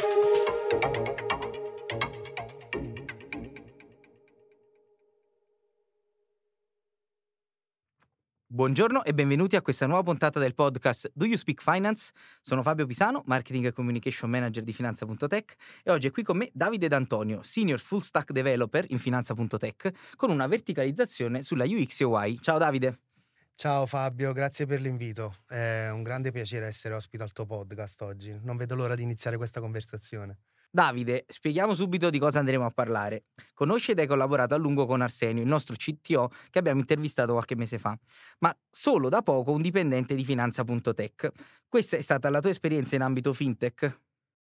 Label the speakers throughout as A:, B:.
A: Buongiorno e benvenuti a questa nuova puntata del podcast Do You Speak Finance? Sono Fabio Pisano, Marketing e Communication Manager di Finanza.tech e oggi è qui con me Davide D'Antonio, Senior Full Stack Developer in Finanza.tech con una verticalizzazione sulla UX e UI. Ciao Davide.
B: Ciao Fabio, grazie per l'invito. È un grande piacere essere ospite al tuo podcast oggi. Non vedo l'ora di iniziare questa conversazione.
A: Davide, spieghiamo subito di cosa andremo a parlare. Conosci ed hai collaborato a lungo con Arsenio, il nostro CTO che abbiamo intervistato qualche mese fa, ma solo da poco un dipendente di Finanza.tech. Questa è stata la tua esperienza in ambito fintech?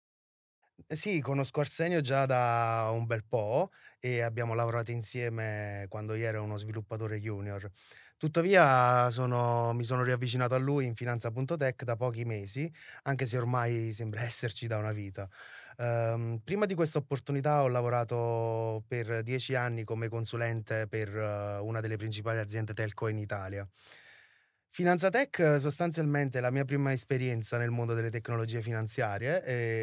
B: Sì, conosco Arsenio già da un bel po' e abbiamo lavorato insieme quando io ero uno sviluppatore junior. Tuttavia mi sono riavvicinato a lui in Finanza.tech da pochi mesi, anche se ormai sembra esserci da una vita. Prima di questa opportunità ho lavorato per 10 anni come consulente per una delle principali aziende telco in Italia. Finanza.tech sostanzialmente è la mia prima esperienza nel mondo delle tecnologie finanziarie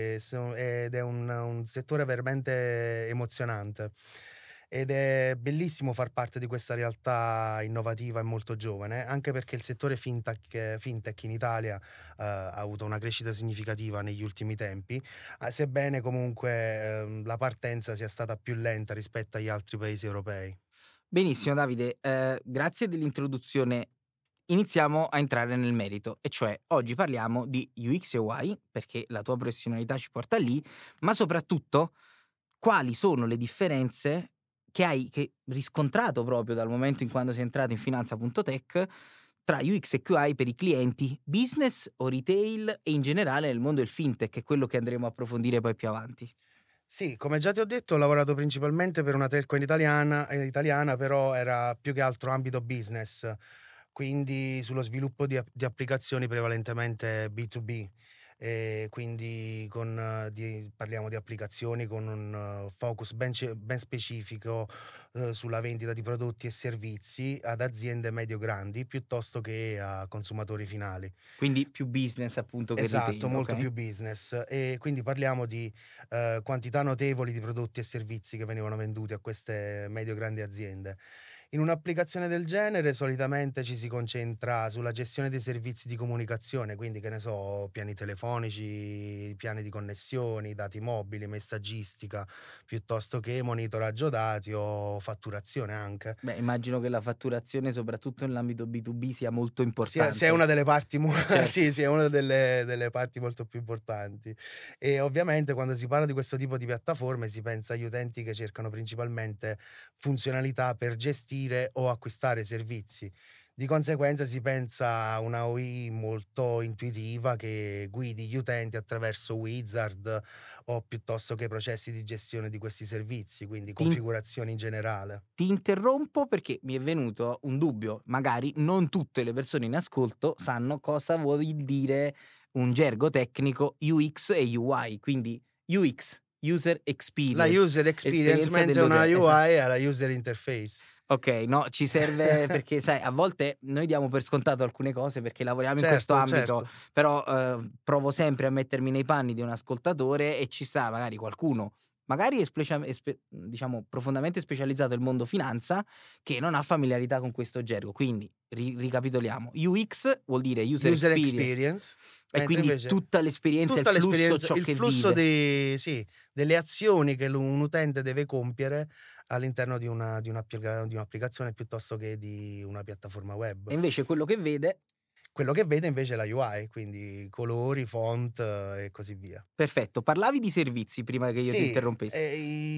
B: ed è un settore veramente emozionante ed è bellissimo far parte di questa realtà innovativa e molto giovane, anche perché il settore fintech in Italia ha avuto una crescita significativa negli ultimi tempi, sebbene comunque la partenza sia stata più lenta rispetto agli altri paesi europei.
A: Benissimo Davide, grazie dell'introduzione. Iniziamo a entrare nel merito, e cioè oggi parliamo di UX e UI, perché la tua professionalità ci porta lì, ma soprattutto quali sono le differenze che hai riscontrato proprio dal momento in quando sei entrato in Finanza.tech tra UX e QI per i clienti business o retail e in generale nel mondo del fintech, che è quello che andremo a approfondire poi più avanti.
B: Sì, come già ti ho detto, ho lavorato principalmente per una telco italiana, però era più che altro ambito business, quindi sullo sviluppo di applicazioni prevalentemente B2B. E quindi parliamo di applicazioni con un focus ben specifico sulla vendita di prodotti e servizi ad aziende medio-grandi piuttosto che a consumatori finali.
A: Quindi più business appunto che
B: Esatto,
A: retail,
B: molto
A: ok?
B: più business, e quindi parliamo di quantità notevoli di prodotti e servizi che venivano venduti a queste medio-grandi aziende. In un'applicazione del genere solitamente ci si concentra sulla gestione dei servizi di comunicazione, quindi che ne so, piani telefonici, piani di connessioni, dati mobili, messaggistica, piuttosto che monitoraggio dati o fatturazione anche.
A: Beh, immagino che la fatturazione, soprattutto nell'ambito B2B, sia molto
B: Se è
A: importante.
B: una delle parti
A: Certo.
B: sì, è una delle parti molto più importanti. E ovviamente quando si parla di questo tipo di piattaforme si pensa agli utenti che cercano principalmente funzionalità per gestire o acquistare servizi. Di conseguenza si pensa a una UI molto intuitiva che guidi gli utenti attraverso wizard o piuttosto che processi di gestione di questi servizi, quindi
A: Ti
B: configurazioni in generale.
A: Ti interrompo perché mi è venuto un dubbio. Magari non tutte le persone in ascolto sanno cosa vuol dire un gergo tecnico UX e UI. Quindi UX, User
B: La
A: Experience,
B: user experience,
A: esperienza
B: mentre una
A: dell'utente.
B: UI è la user interface.
A: Ok, no, ci serve perché, sai, a volte noi diamo per scontato alcune cose perché lavoriamo in questo
B: Certo,
A: ambito,
B: certo.
A: però provo sempre a mettermi nei panni di un ascoltatore e ci sta magari qualcuno, magari diciamo profondamente specializzato nel mondo finanza, che non ha familiarità con questo gergo. Quindi ricapitoliamo: UX vuol dire User
B: User
A: Experience,
B: experience,
A: e
B: mentre
A: quindi
B: invece
A: tutta l'esperienza, il
B: tutta
A: flusso,
B: l'esperienza,
A: ciò
B: il
A: che
B: flusso
A: vive.
B: delle azioni che un utente deve compiere all'interno di un'applicazione piuttosto che di una piattaforma web.
A: E invece quello che vede.
B: Quello che vede invece è la UI, quindi colori, font e così via.
A: Perfetto, parlavi di servizi prima che io ti
B: Sì,
A: interrompessi.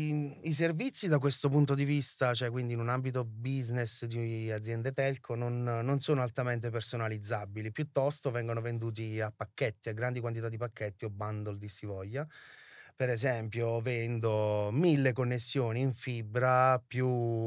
B: i servizi da questo punto di vista, cioè quindi in un ambito business di aziende telco, non sono altamente personalizzabili, piuttosto vengono venduti a pacchetti, a grandi quantità di pacchetti o bundle di si voglia. Per esempio, vendo 1000 connessioni in fibra più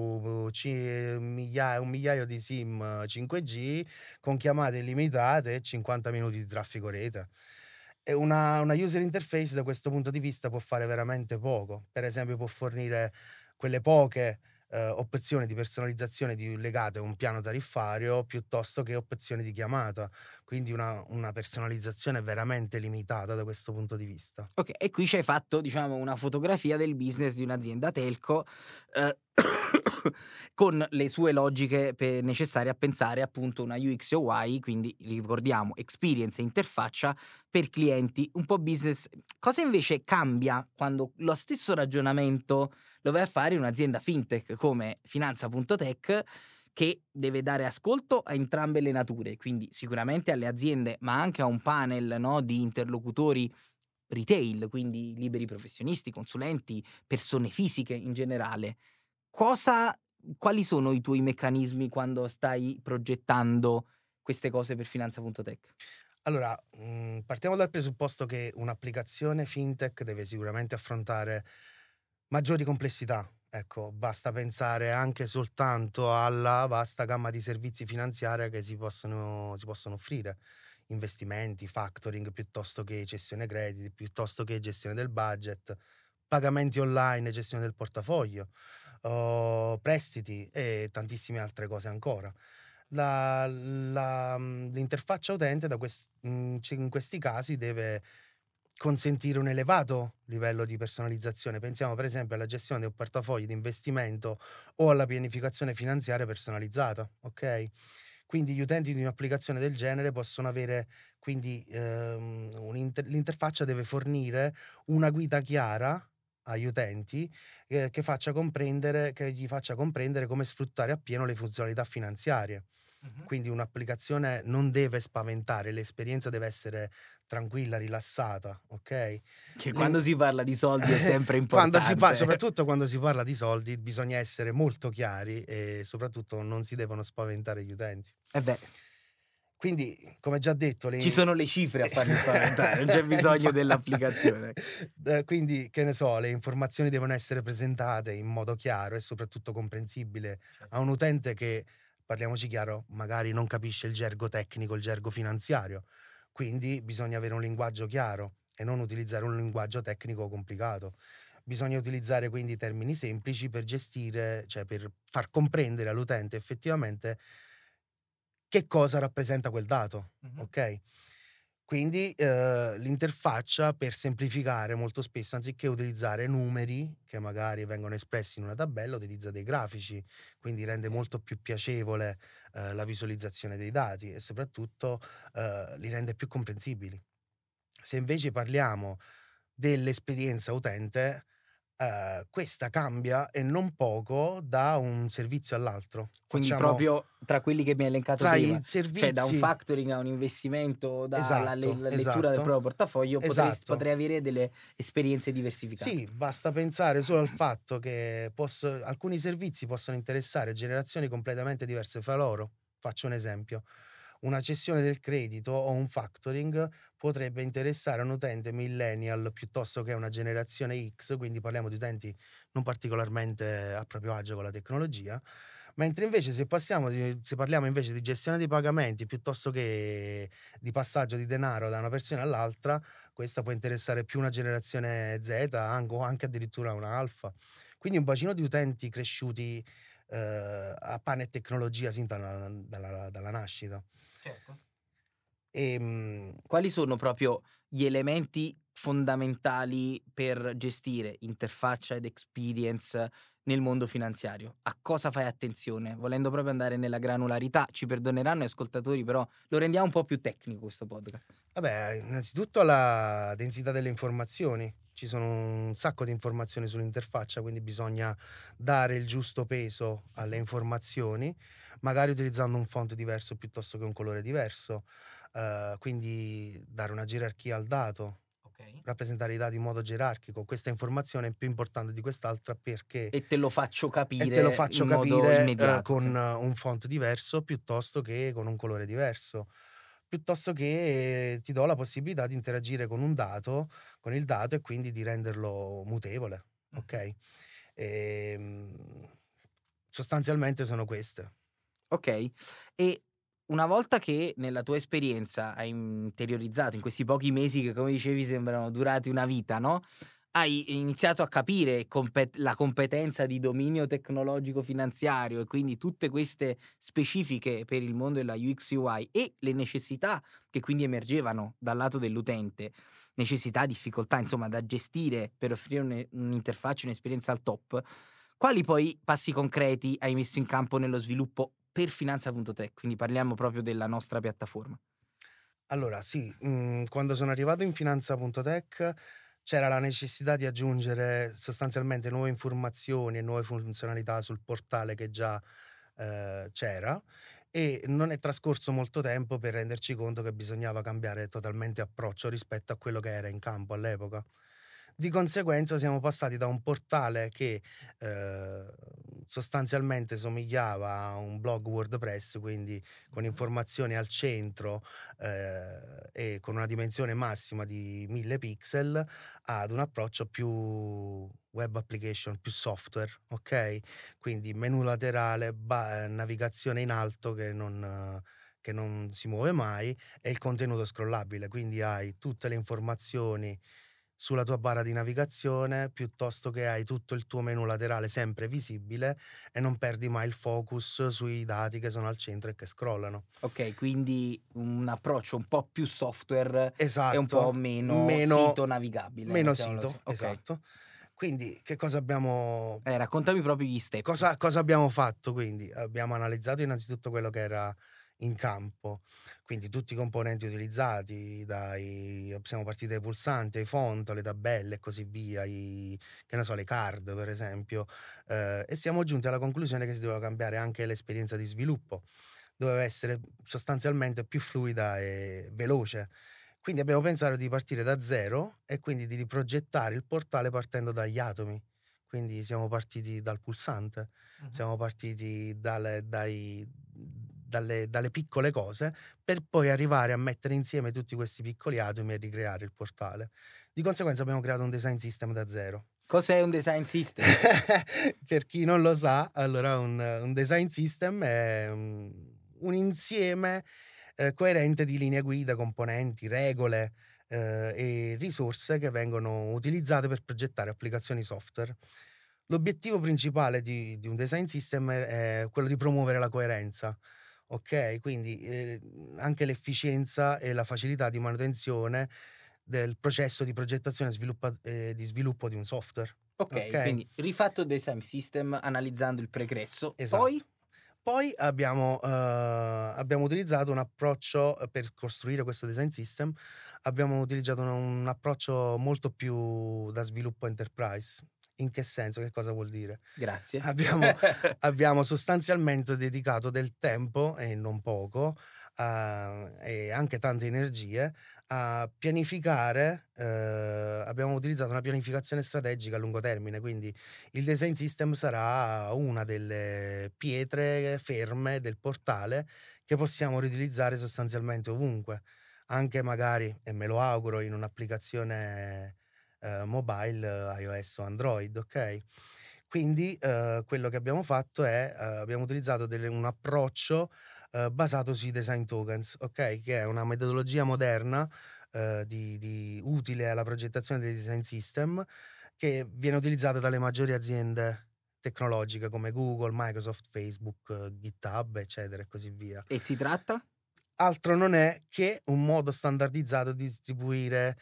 B: un migliaio di SIM 5G con chiamate illimitate e 50 minuti di traffico rete. E una user interface da questo punto di vista può fare veramente poco. Per esempio può fornire quelle poche opzioni di personalizzazione legate a un piano tariffario piuttosto che opzioni di chiamata, quindi una personalizzazione veramente limitata da questo punto di vista.
A: Ok, e qui ci hai fatto, diciamo, una fotografia del business di un'azienda telco eh, con le sue logiche necessarie a pensare appunto una UX o UI, quindi ricordiamo experience e interfaccia per clienti, un po' business. Cosa invece cambia quando lo stesso ragionamento lo vai a fare in un'azienda fintech come Finanza.tech, che deve dare ascolto a entrambe le nature, quindi sicuramente alle aziende, ma anche a un panel, no, di interlocutori retail, quindi liberi professionisti, consulenti, persone fisiche in generale. Quali sono i tuoi meccanismi quando stai progettando queste cose per Finanza.tech?
B: Allora, partiamo dal presupposto che un'applicazione fintech deve sicuramente affrontare maggiori complessità. Ecco, basta pensare anche soltanto alla vasta gamma di servizi finanziari che si possono offrire. Investimenti, factoring, piuttosto che cessione crediti, piuttosto che gestione del budget, pagamenti online, gestione del portafoglio, prestiti e tantissime altre cose ancora. L'interfaccia utente in questi casi deve consentire un elevato livello di personalizzazione. Pensiamo per esempio alla gestione di un portafoglio di investimento o alla pianificazione finanziaria personalizzata, ok? Quindi gli utenti di un'applicazione del genere possono avere, quindi l'interfaccia deve fornire una guida chiara agli utenti che gli faccia comprendere come sfruttare appieno le funzionalità finanziarie. Quindi un'applicazione non deve spaventare, l'esperienza deve essere tranquilla, rilassata, ok?
A: Che quando si parla di soldi è sempre importante.
B: Soprattutto quando si parla di soldi bisogna essere molto chiari e soprattutto non si devono spaventare gli utenti.
A: Beh,
B: quindi, come già detto,
A: ci sono le cifre a farli spaventare, non c'è bisogno dell'applicazione.
B: Quindi, che ne so, le informazioni devono essere presentate in modo chiaro e soprattutto comprensibile a un utente che, parliamoci chiaro, magari non capisce il gergo tecnico, il gergo finanziario. Quindi bisogna avere un linguaggio chiaro e non utilizzare un linguaggio tecnico complicato. Bisogna utilizzare quindi termini semplici per gestire, cioè per far comprendere all'utente effettivamente che cosa rappresenta quel dato, ok? Quindi l'interfaccia, per semplificare, molto spesso anziché utilizzare numeri che magari vengono espressi in una tabella, utilizza dei grafici, quindi rende molto più piacevole la visualizzazione dei dati e soprattutto li rende più comprensibili. Se invece parliamo dell'esperienza utente, questa cambia e non poco da un servizio all'altro.
A: Quindi proprio tra quelli che mi hai elencato
B: tra
A: prima,
B: i servizi,
A: cioè da un factoring a un investimento, dalla lettura del proprio portafoglio, potrei avere delle esperienze diversificate.
B: Sì, basta pensare solo al fatto che alcuni servizi possono interessare generazioni completamente diverse fra loro. Faccio un esempio. Una cessione del credito o un factoring potrebbe interessare un utente millennial piuttosto che una generazione X, quindi parliamo di utenti non particolarmente a proprio agio con la tecnologia, mentre invece se parliamo invece di gestione dei pagamenti piuttosto che di passaggio di denaro da una persona all'altra, questa può interessare più una generazione Z o anche addirittura una alfa. Quindi un bacino di utenti cresciuti a pane e tecnologia sin dalla nascita.
A: Certo.
B: E,
A: quali sono proprio gli elementi fondamentali per gestire interfaccia ed experience nel mondo finanziario? A cosa fai attenzione? Volendo proprio andare nella granularità, ci perdoneranno gli ascoltatori, però lo rendiamo un po' più tecnico questo podcast.
B: Vabbè, innanzitutto la densità delle informazioni. Ci sono un sacco di informazioni sull'interfaccia, quindi bisogna dare il giusto peso alle informazioni, magari utilizzando un font diverso piuttosto che un colore diverso, quindi dare una gerarchia al dato, rappresentare i dati in modo gerarchico. Questa informazione è più importante di quest'altra perché
A: e te lo faccio capire
B: in modo
A: immediato,
B: con un font diverso piuttosto che con un colore diverso, piuttosto che ti do la possibilità di interagire con il dato e quindi di renderlo mutevole, ok? Sostanzialmente sono queste.
A: Ok, e una volta che nella tua esperienza hai interiorizzato in questi pochi mesi che, come dicevi, sembrano durati una vita, no? hai iniziato a capire la competenza di dominio tecnologico finanziario e quindi tutte queste specifiche per il mondo della UX UI e le necessità che quindi emergevano dal lato dell'utente, necessità, difficoltà insomma da gestire per offrire un'interfaccia, un'esperienza al top. Quali poi passi concreti hai messo in campo nello sviluppo per Finanza.tech? Quindi parliamo proprio della nostra piattaforma.
B: Allora sì, quando sono arrivato in Finanza.tech c'era la necessità di aggiungere sostanzialmente nuove informazioni e nuove funzionalità sul portale che già c'era, e non è trascorso molto tempo per renderci conto che bisognava cambiare totalmente approccio rispetto a quello che era in campo all'epoca. Di conseguenza siamo passati da un portale che sostanzialmente somigliava a un blog WordPress, quindi con informazioni al centro e con una dimensione massima di 1000 pixel, ad un approccio più web application, più software, ok? Quindi menu laterale, navigazione in alto che non si muove mai, e il contenuto scrollabile, quindi hai tutte le informazioni sulla tua barra di navigazione, piuttosto che hai tutto il tuo menu laterale sempre visibile e non perdi mai il focus sui dati che sono al centro e che scrollano.
A: Ok, quindi un approccio un po' più software e un po'
B: Esatto,
A: meno sito navigabile,
B: meno
A: mettiamolo
B: sito,
A: così. Ok.
B: esatto. Quindi che cosa abbiamo
A: Raccontami proprio gli step.
B: cosa abbiamo fatto quindi? Abbiamo analizzato innanzitutto quello che era in campo, quindi tutti i componenti utilizzati, siamo partiti dai pulsanti, ai font, alle tabelle e così via, che ne so, le card per esempio, e siamo giunti alla conclusione che si doveva cambiare anche l'esperienza di sviluppo, doveva essere sostanzialmente più fluida e veloce. Quindi abbiamo pensato di partire da zero e quindi di riprogettare il portale partendo dagli atomi. Quindi siamo partiti dal pulsante, siamo partiti dalle piccole cose, per poi arrivare a mettere insieme tutti questi piccoli atomi e ricreare il portale. Di conseguenza abbiamo creato un design system da zero.
A: Cos'è un design system?
B: Per chi non lo sa, allora un design system è un insieme coerente di linee guida, componenti, regole e risorse che vengono utilizzate per progettare applicazioni software. L'obiettivo principale di un design system è quello di promuovere la coerenza, ok? Quindi anche l'efficienza e la facilità di manutenzione del processo di progettazione e di sviluppo di un software.
A: Ok,
B: Ok?
A: quindi rifatto il design system analizzando il pregresso.
B: Esatto. Poi abbiamo utilizzato un approccio per costruire questo design system, abbiamo utilizzato un approccio molto più da sviluppo enterprise. In che senso? Che cosa vuol dire?
A: Grazie.
B: Abbiamo sostanzialmente dedicato del tempo, e non poco, e anche tante energie, a pianificare, abbiamo utilizzato una pianificazione strategica a lungo termine, quindi il design system sarà una delle pietre ferme del portale che possiamo riutilizzare sostanzialmente ovunque, anche magari, e me lo auguro, in un'applicazione mobile, iOS o Android, ok? Quindi quello che abbiamo fatto è abbiamo utilizzato un approccio basato sui design tokens, ok? Che è una metodologia moderna utile alla progettazione dei design system, che viene utilizzata dalle maggiori aziende tecnologiche come Google, Microsoft, Facebook, GitHub, eccetera, e così via.
A: E si tratta?
B: Altro non è che un modo standardizzato di distribuire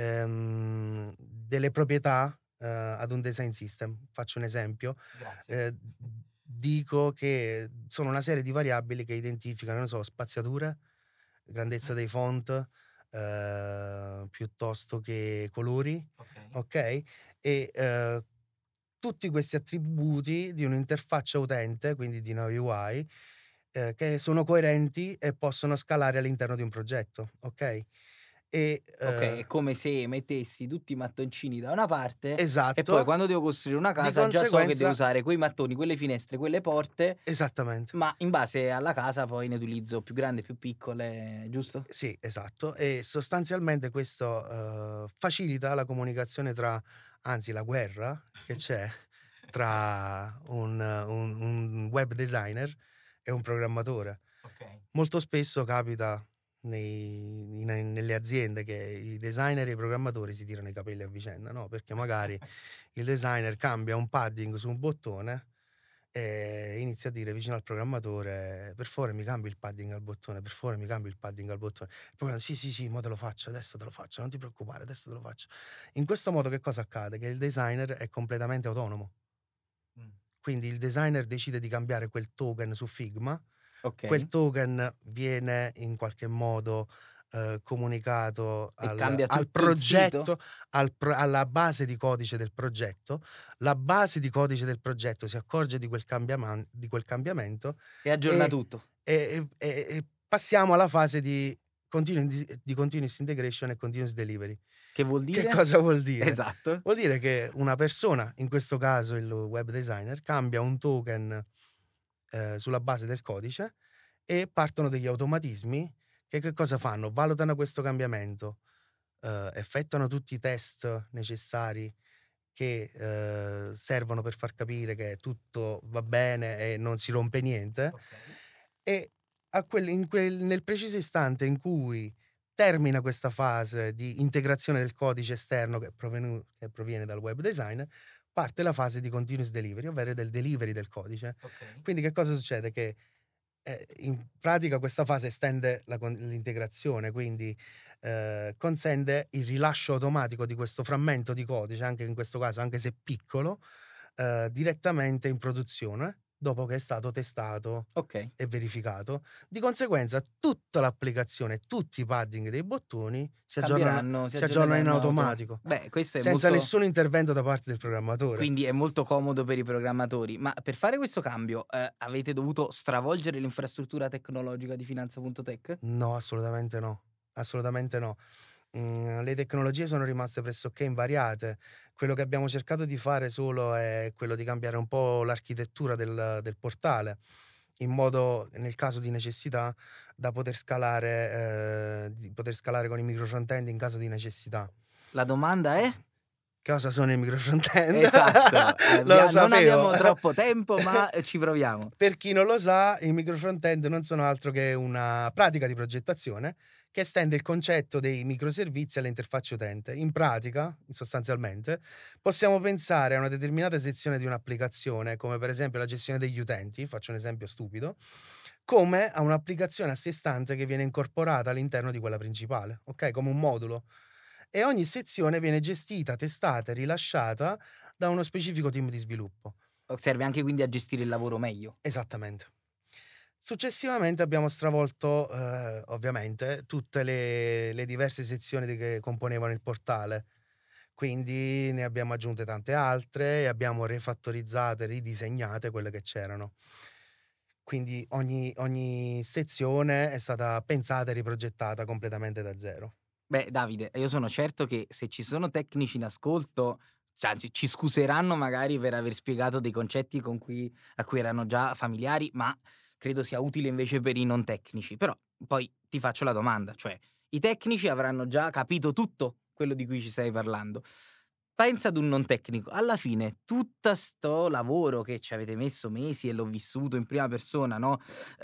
B: delle proprietà ad un design system. Faccio un esempio.
A: Grazie.
B: Dico che sono una serie di variabili che identificano, non so, spaziature, grandezza dei font, piuttosto che colori, ok? E tutti questi attributi di un'interfaccia utente, quindi di una UI, che sono coerenti e possono scalare all'interno di un progetto, ok?
A: Ok, è come se mettessi tutti i mattoncini da una parte
B: Esatto.
A: e poi quando devo costruire una casa già so che devo usare quei mattoni, quelle finestre, quelle porte.
B: Esattamente.
A: Ma in base alla casa poi ne utilizzo più grandi, più piccole, giusto?
B: Sì, esatto. E sostanzialmente questo facilita la comunicazione anzi la guerra che c'è tra un web designer e un programmatore.
A: Ok.
B: Molto spesso capita nelle aziende che i designer e i programmatori si tirano i capelli a vicenda, no? Perché magari il designer cambia un padding su un bottone e inizia a dire vicino al programmatore: per favore mi cambi il padding al bottone, per favore mi cambi il padding al bottone. Il programmatore: sì, mo te lo faccio, adesso te lo faccio, non ti preoccupare, adesso te lo faccio. In questo modo che cosa accade? Che il designer è completamente autonomo. Quindi il designer decide di cambiare quel token su Figma, quel token viene in qualche modo comunicato al progetto, alla base di codice del progetto. La base di codice del progetto si accorge di quel cambiamento
A: e aggiorna tutto.
B: E passiamo alla fase di continuous integration e continuous delivery.
A: Che vuol dire?
B: Che cosa vuol dire?
A: Esatto.
B: Vuol dire che una persona, in questo caso il web designer, cambia un token sulla base del codice e partono degli automatismi che cosa fanno? Valutano questo cambiamento, effettuano tutti i test necessari che servono per far capire che tutto va bene e non si rompe niente. E nel preciso istante in cui termina questa fase di integrazione del codice esterno che proviene dal web designer, parte la fase di continuous delivery, ovvero del delivery del codice. Quindi che cosa succede? Che in pratica questa fase estende l'integrazione, quindi consente il rilascio automatico di questo frammento di codice, anche in questo caso, anche se piccolo, direttamente in produzione, dopo che è stato testato e verificato. Di conseguenza tutta l'applicazione, tutti i padding dei bottoni si aggiornano in automatico.
A: Beh, questo è
B: senza nessun intervento da parte del programmatore.
A: Quindi è molto comodo per i programmatori. Ma per fare questo cambio avete dovuto stravolgere l'infrastruttura tecnologica di Finanza.tech?
B: No, assolutamente no. Assolutamente no. Le tecnologie sono rimaste pressoché invariate. Quello che abbiamo cercato di fare solo è quello di cambiare un po' l'architettura del portale, in modo, nel caso di necessità, da poter scalare con i micro front-end in caso di necessità.
A: La domanda è?
B: Cosa sono i micro front-end?
A: Esatto, non abbiamo troppo tempo, ma ci proviamo.
B: Per chi non lo sa, i micro front-end non sono altro che una pratica di progettazione che estende il concetto dei microservizi alle interfacce utente. In pratica, sostanzialmente, possiamo pensare a una determinata sezione di un'applicazione, come per esempio la gestione degli utenti, faccio un esempio stupido, come a un'applicazione a sé stante che viene incorporata all'interno di quella principale, ok? Come un modulo. E ogni sezione viene gestita, testata e rilasciata da uno specifico team di sviluppo.
A: Serve anche quindi a gestire il lavoro meglio.
B: Esattamente. Successivamente abbiamo stravolto ovviamente tutte le diverse sezioni che componevano il portale, quindi ne abbiamo aggiunte tante altre e abbiamo rifattorizzate, ridisegnate quelle che c'erano. Quindi ogni sezione è stata pensata e riprogettata completamente da zero.
A: Beh, Davide, io sono certo che se ci sono tecnici in ascolto, anzi, ci scuseranno magari per aver spiegato dei concetti a cui erano già familiari, ma credo sia utile invece per i non tecnici. Però poi ti faccio la domanda, cioè i tecnici avranno già capito tutto quello di cui ci stai parlando. Pensa ad un non tecnico, alla fine tutto sto lavoro che ci avete messo mesi e l'ho vissuto in prima persona, no?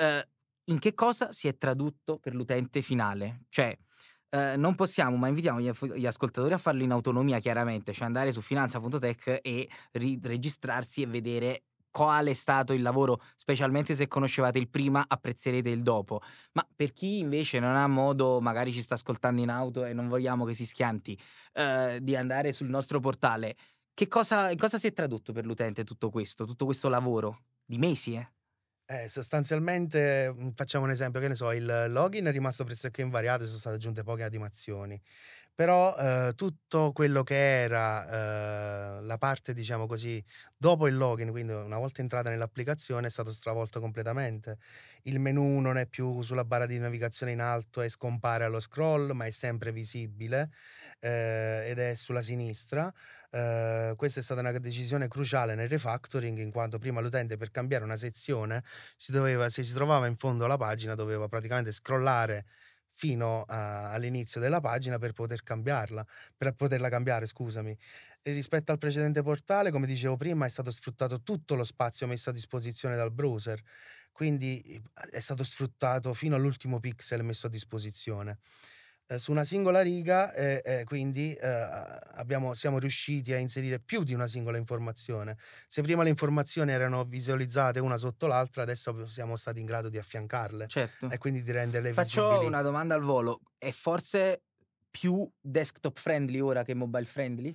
A: In che cosa si è tradotto per l'utente finale? Cioè, non possiamo, ma invitiamo gli ascoltatori a farlo in autonomia, chiaramente, cioè andare su Finanza.tech e registrarsi e vedere qual è stato il lavoro, specialmente se conoscevate il prima, apprezzerete il dopo. Ma per chi invece non ha modo, magari ci sta ascoltando in auto e non vogliamo che si schianti, di andare sul nostro portale, in cosa si è tradotto per l'utente tutto questo lavoro di mesi,
B: Sostanzialmente, facciamo un esempio, che ne so, il login è rimasto pressoché invariato e sono state aggiunte poche animazioni. Però tutto quello che era la parte, diciamo così, dopo il login, quindi una volta entrata nell'applicazione, è stato stravolto completamente. Il menu non è più sulla barra di navigazione in alto e scompare allo scroll, ma è sempre visibile ed è sulla sinistra. Questa è stata una decisione cruciale nel refactoring, in quanto prima l'utente, per cambiare una sezione, se si trovava in fondo alla pagina, doveva praticamente scrollare fino all'inizio della pagina per poterla cambiare, scusami. E rispetto al precedente portale, come dicevo prima, è stato sfruttato tutto lo spazio messo a disposizione dal browser. quindi è stato sfruttato fino all'ultimo pixel messo a disposizione. Su una singola riga, quindi siamo riusciti a inserire più di una singola informazione. Se prima le informazioni erano visualizzate una sotto l'altra, adesso siamo stati in grado di affiancarle
A: Certo.
B: e quindi di renderle
A: Faccio
B: visibili.
A: una domanda al volo: è forse più desktop friendly ora che mobile friendly?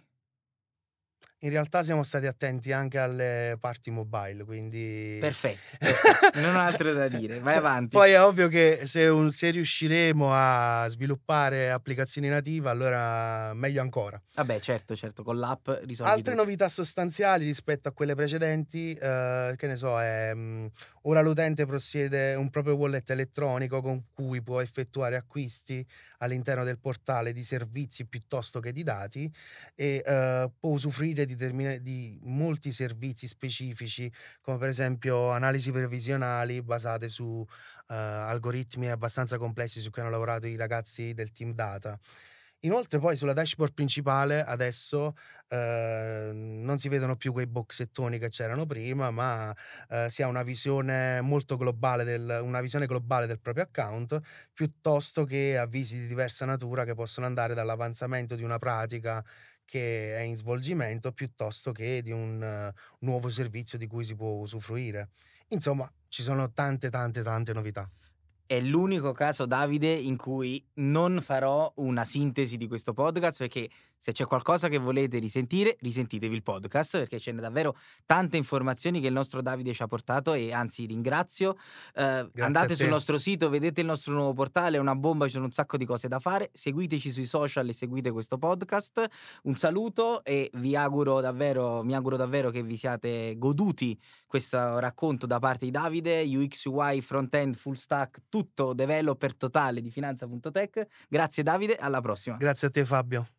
B: In realtà siamo stati attenti anche alle parti mobile, quindi
A: Perfetti, non ho altro da dire, vai avanti.
B: Poi è ovvio che se riusciremo a sviluppare applicazioni native, allora meglio ancora.
A: Vabbè, certo, con l'app risolvi
B: Altre
A: tutto.
B: novità sostanziali rispetto a quelle precedenti, che ne so, ora l'utente possiede un proprio wallet elettronico con cui può effettuare acquisti all'interno del portale di servizi piuttosto che di dati e può usufruire di molti servizi specifici, come per esempio analisi previsionali basate su algoritmi abbastanza complessi su cui hanno lavorato i ragazzi del team data. Inoltre poi sulla dashboard principale adesso non si vedono più quei boxettoni che c'erano prima, ma si ha una visione molto globale una visione globale del proprio account, piuttosto che avvisi di diversa natura che possono andare dall'avanzamento di una pratica che è in svolgimento, piuttosto che di un nuovo servizio di cui si può usufruire. Insomma, ci sono tante novità.
A: È l'unico caso, Davide, in cui non farò una sintesi di questo podcast, perché se c'è qualcosa che volete risentire, risentitevi il podcast, perché ce n'è davvero tante informazioni che il nostro Davide ci ha portato e anzi ringrazio. Andate sul nostro sito, vedete il nostro nuovo portale, è una bomba, ci sono un sacco di cose da fare, seguiteci sui social e seguite questo podcast. Un saluto e mi auguro davvero che vi siate goduti questo racconto da parte di Davide, UX, UI, front-end, full stack, tutto developer totale di Finanza.tech. Grazie Davide, alla prossima.
B: Grazie a te Fabio.